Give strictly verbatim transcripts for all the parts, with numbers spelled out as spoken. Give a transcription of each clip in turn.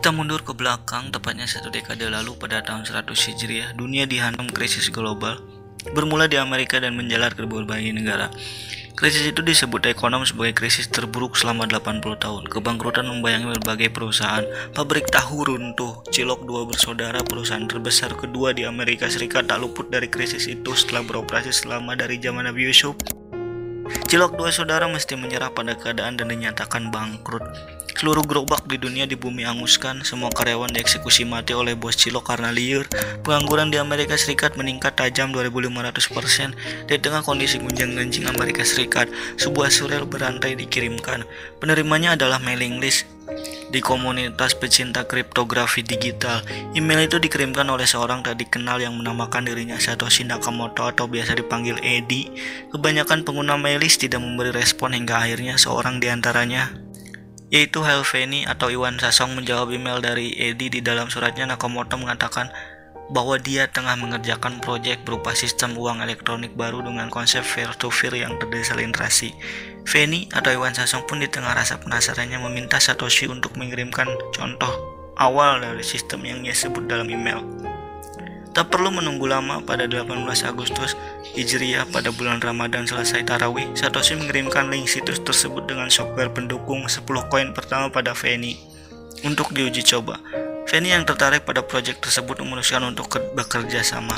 Kita mundur ke belakang, tepatnya satu dekade lalu pada tahun seratus Hijriah, dunia dihantam krisis global, bermula di Amerika dan menjalar ke berbagai negara. Krisis itu disebut ekonom sebagai krisis terburuk selama delapan puluh tahun. Kebangkrutan membayangi berbagai perusahaan. Pabrik tahu runtuh. Cilok dua bersaudara, perusahaan terbesar kedua di Amerika Serikat, tak luput dari krisis itu setelah beroperasi selama dari zaman Nabi Yusuf. Cilok dua saudara mesti menyerah pada keadaan dan dinyatakan bangkrut. Seluruh gerobak di dunia di bumi anguskan, semua karyawan dieksekusi mati oleh bos Cilok karena liar. Pengangguran di Amerika Serikat meningkat tajam dua ribu lima ratus persen. Di tengah kondisi gunjang-ganjing Amerika Serikat, sebuah surel berantai dikirimkan. Penerimanya adalah mailing list di komunitas pecinta kriptografi digital. Email itu dikirimkan oleh seorang tak dikenal yang menamakan dirinya Satoshi Nakamoto atau biasa dipanggil Eddie. Kebanyakan pengguna mail list tidak memberi respon hingga akhirnya seorang diantaranya, yaitu Hal Finney atau Iwan Sasong, menjawab email dari Eddie. Di dalam suratnya, Nakamoto mengatakan bahwa dia tengah mengerjakan proyek berupa sistem uang elektronik baru dengan konsep peer-to-peer yang terdesentralisasi. Finney atau Iwan Sasong pun di tengah rasa penasarannya meminta Satoshi untuk mengirimkan contoh awal dari sistem yang ia sebut dalam email. Tak perlu menunggu lama, pada delapan belas Agustus Hijriah, pada bulan Ramadan selesai tarawih, Satoshi mengirimkan link situs tersebut dengan software pendukung sepuluh koin pertama pada Finney untuk diuji coba. Finney yang tertarik pada proyek tersebut memutuskan untuk bekerja sama.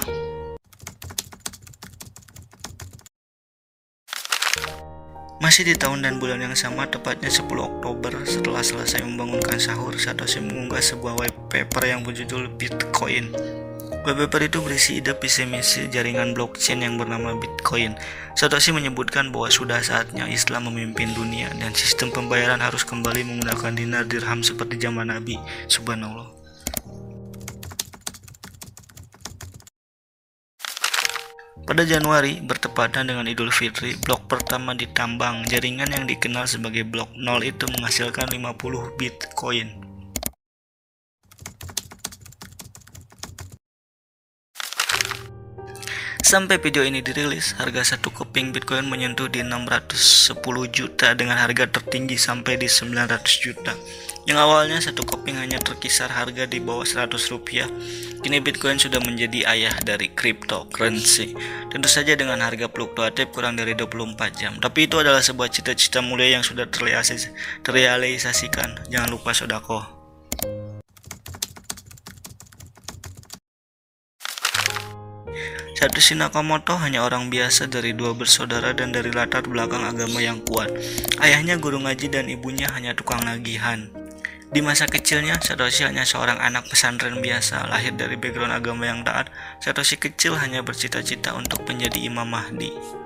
Masih di tahun dan bulan yang sama, tepatnya sepuluh Oktober, setelah selesai membangunkan sahur, Satoshi mengunggah sebuah white paper yang berjudul Bitcoin. White paper itu berisi ide visi misi jaringan blockchain yang bernama Bitcoin. Satoshi menyebutkan bahwa sudah saatnya Islam memimpin dunia dan sistem pembayaran harus kembali menggunakan dinar dirham seperti zaman Nabi. Subhanallah. Pada Januari, bertepatan dengan Idul Fitri, blok pertama ditambang. Jaringan yang dikenal sebagai blok nol itu menghasilkan lima puluh Bitcoin. Sampai video ini dirilis, harga satu keping Bitcoin menyentuh di enam ratus sepuluh juta dengan harga tertinggi sampai di sembilan ratus juta. Yang awalnya satu keping hanya terkisar harga di bawah seratus rupiah, kini Bitcoin sudah menjadi ayah dari cryptocurrency. Tentu saja dengan harga fluktuatif kurang dari dua puluh empat jam. Tapi itu adalah sebuah cita-cita mulia yang sudah terrealisasikan. Jangan lupa sedekah. Satoshi Nakamoto hanya orang biasa dari dua bersaudara dan dari latar belakang agama yang kuat. Ayahnya guru ngaji dan ibunya hanya tukang nagihan. Di masa kecilnya, Satoshi hanya seorang anak pesantren biasa, lahir dari background agama yang taat. Satoshi kecil hanya bercita-cita untuk menjadi Imam Mahdi.